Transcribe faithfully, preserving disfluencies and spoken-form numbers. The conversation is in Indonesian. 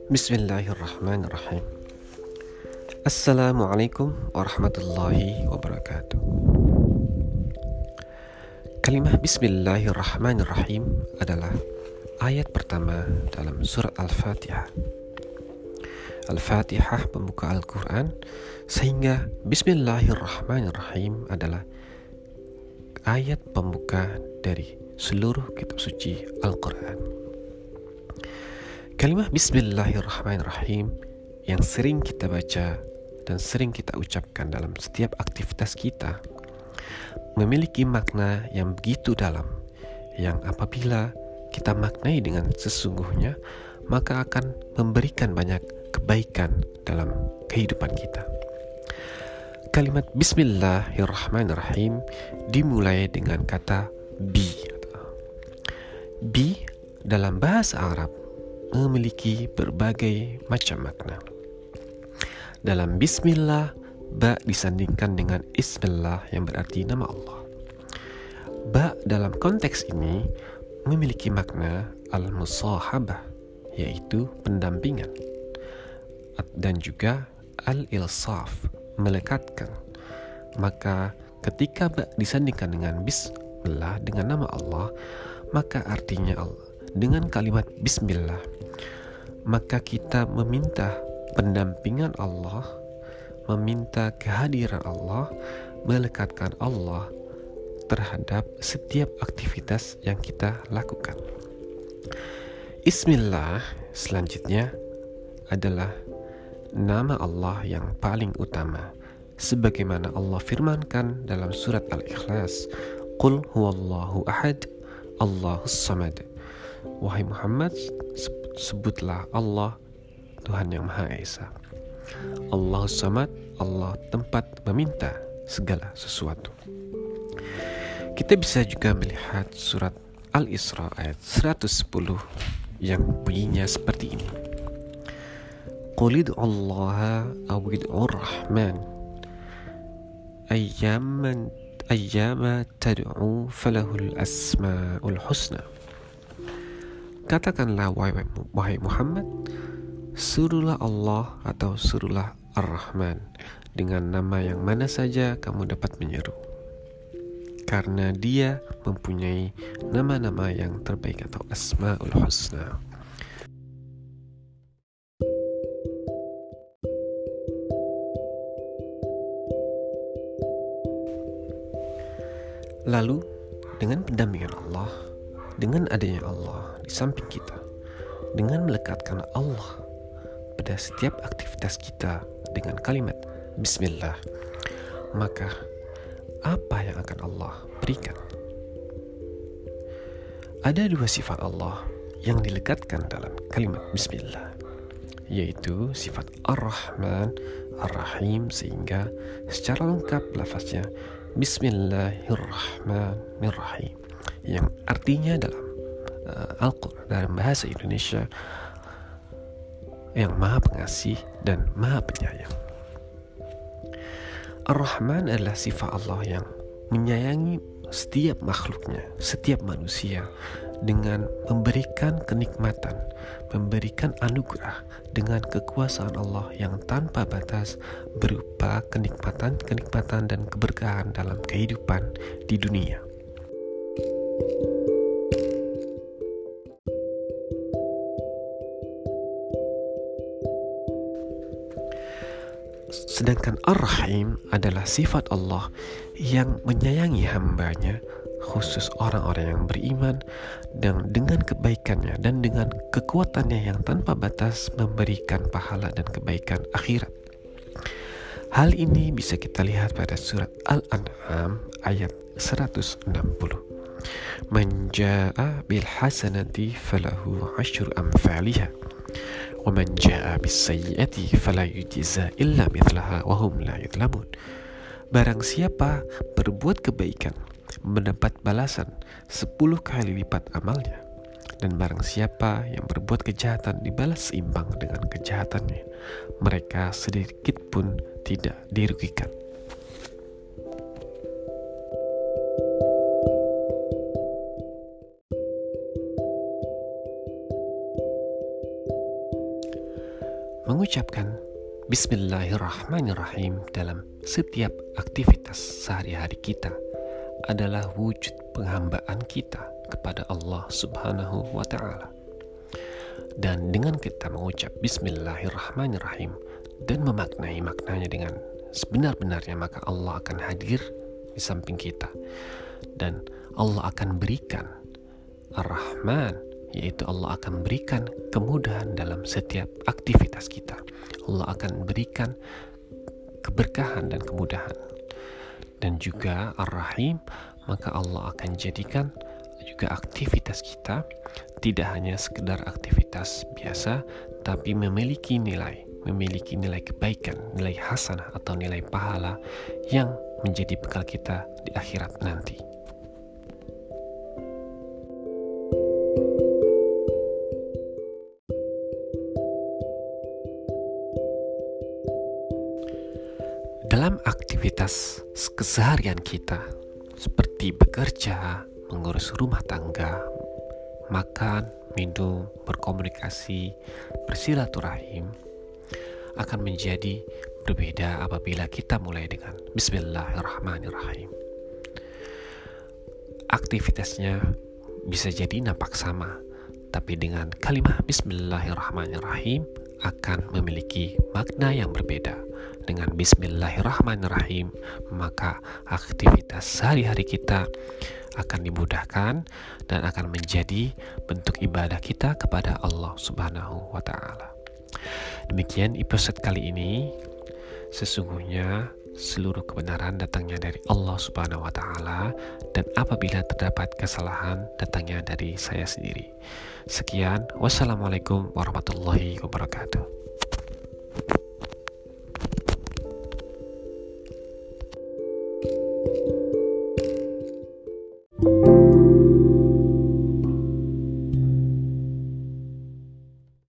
Bismillahirrahmanirrahim. Assalamualaikum warahmatullahi wabarakatuh. Kalimah Bismillahirrahmanirrahim adalah ayat pertama dalam surat Al-Fatihah. Al-Fatihah pembuka Al-Quran, sehingga Bismillahirrahmanirrahim adalah ayat pembuka dari seluruh kitab suci Al-Quran. Kalimah Bismillahirrahmanirrahim yang sering kita baca dan sering kita ucapkan dalam setiap aktivitas kita memiliki makna yang begitu dalam, yang apabila kita maknai dengan sesungguhnya maka akan memberikan banyak kebaikan dalam kehidupan kita. Kalimat Bismillahirrahmanirrahim dimulai dengan kata bi. Bi dalam bahasa Arab memiliki berbagai macam makna. Dalam Bismillah, ba disandingkan dengan Ismillah yang berarti nama Allah. Ba dalam konteks ini memiliki makna al-musahabah, yaitu pendampingan, dan juga al-ilsaf, melekatkan. Maka ketika ba disandingkan dengan Bismillah, dengan nama Allah, maka artinya Allah. Dengan kalimat Bismillah, maka kita meminta pendampingan Allah, meminta kehadiran Allah, melekatkan Allah terhadap setiap aktivitas yang kita lakukan. Bismillah selanjutnya adalah nama Allah yang paling utama, sebagaimana Allah firmankan dalam surat Al-Ikhlas, Qul huwallahu ahad, Allahus samad. Wahai Muhammad, sebutlah Allah, Tuhan yang Maha Esa. Allahus samad, Allah tempat meminta segala sesuatu. Kita bisa juga melihat surat Al-Isra ayat seratus sepuluh yang bunyinya seperti ini. Qul id'ullaha aw id'ur rahman ayyaman ayyama tad'u falahul asmaul husna. Katakanlah wahai Muhammad, suruhlah Allah atau suruhlah Ar-Rahman dengan nama yang mana saja kamu dapat menyeru, karena dia mempunyai nama-nama yang terbaik atau Asmaul Husna. Lalu dengan pendampingan Allah, dengan adanya Allah di samping kita, dengan melekatkan Allah pada setiap aktivitas kita dengan kalimat Bismillah, maka apa yang akan Allah berikan? Ada dua sifat Allah yang dilekatkan dalam kalimat Bismillah, yaitu sifat Ar-Rahman, Ar-Rahim, sehingga secara lengkap lafaznya Bismillahirrahmanirrahim, yang artinya dalam uh, Al-Quran, dalam bahasa Indonesia, yang Maha Pengasih dan Maha Penyayang. Ar-Rahman adalah sifat Allah yang menyayangi setiap makhluknya, setiap manusia, dengan memberikan kenikmatan, memberikan anugerah dengan kekuasaan Allah yang tanpa batas, berupa kenikmatan-kenikmatan dan keberkahan dalam kehidupan di dunia. Sedangkan Ar-Rahim adalah sifat Allah yang menyayangi hambanya, khusus orang-orang yang beriman, dan dengan kebaikannya dan dengan kekuatannya yang tanpa batas memberikan pahala dan kebaikan akhirat. Hal ini bisa kita lihat pada surat Al-An'am ayat seratus enam puluh. Man jaa'a bil hasanati falahu asyru amsalihha wa man jaa'a bis sayyi'ati fala yujza illa mithlaha wa hum la yudlamun. Barang siapa berbuat kebaikan mendapat balasan sepuluh kali lipat amalnya, dan barang siapa yang berbuat kejahatan dibalas seimbang dengan kejahatannya, mereka sedikit pun tidak dirugikan. mengucapkan Bismillahirrahmanirrahim dalam setiap aktivitas sehari-hari kita adalah wujud penghambaan kita kepada Allah Subhanahu wa Ta'ala. Dan dengan kita mengucap Bismillahirrahmanirrahim dan memaknai maknanya dengan sebenar-benarnya, maka Allah akan hadir di samping kita dan Allah akan berikan Ar-Rahman, yaitu Allah akan berikan kemudahan dalam setiap aktivitas kita. Allah akan berikan keberkahan dan kemudahan. Dan juga Ar-Rahim, maka Allah akan jadikan juga aktivitas kita tidak hanya sekedar aktivitas biasa, tapi memiliki nilai, memiliki nilai kebaikan, nilai hasanah atau nilai pahala yang menjadi bekal kita di akhirat nanti. Dalam aktivitas keseharian kita seperti bekerja, mengurus rumah tangga, makan, minum, berkomunikasi, bersilaturahim akan menjadi berbeda apabila kita mulai dengan Bismillahirrahmanirrahim. Aktivitasnya bisa jadi nampak sama, tapi dengan kalimat Bismillahirrahmanirrahim akan memiliki makna yang berbeda. Dengan Bismillahirrahmanirrahim, maka aktivitas sehari-hari kita akan dimudahkan dan akan menjadi bentuk ibadah kita kepada Allah Subhanahu wa Ta'ala. Demikian episode kali ini. Sesungguhnya seluruh kebenaran datangnya dari Allah Subhanahu wa Ta'ala, dan apabila terdapat kesalahan datangnya dari saya sendiri. Sekian, wassalamualaikum warahmatullahi wabarakatuh.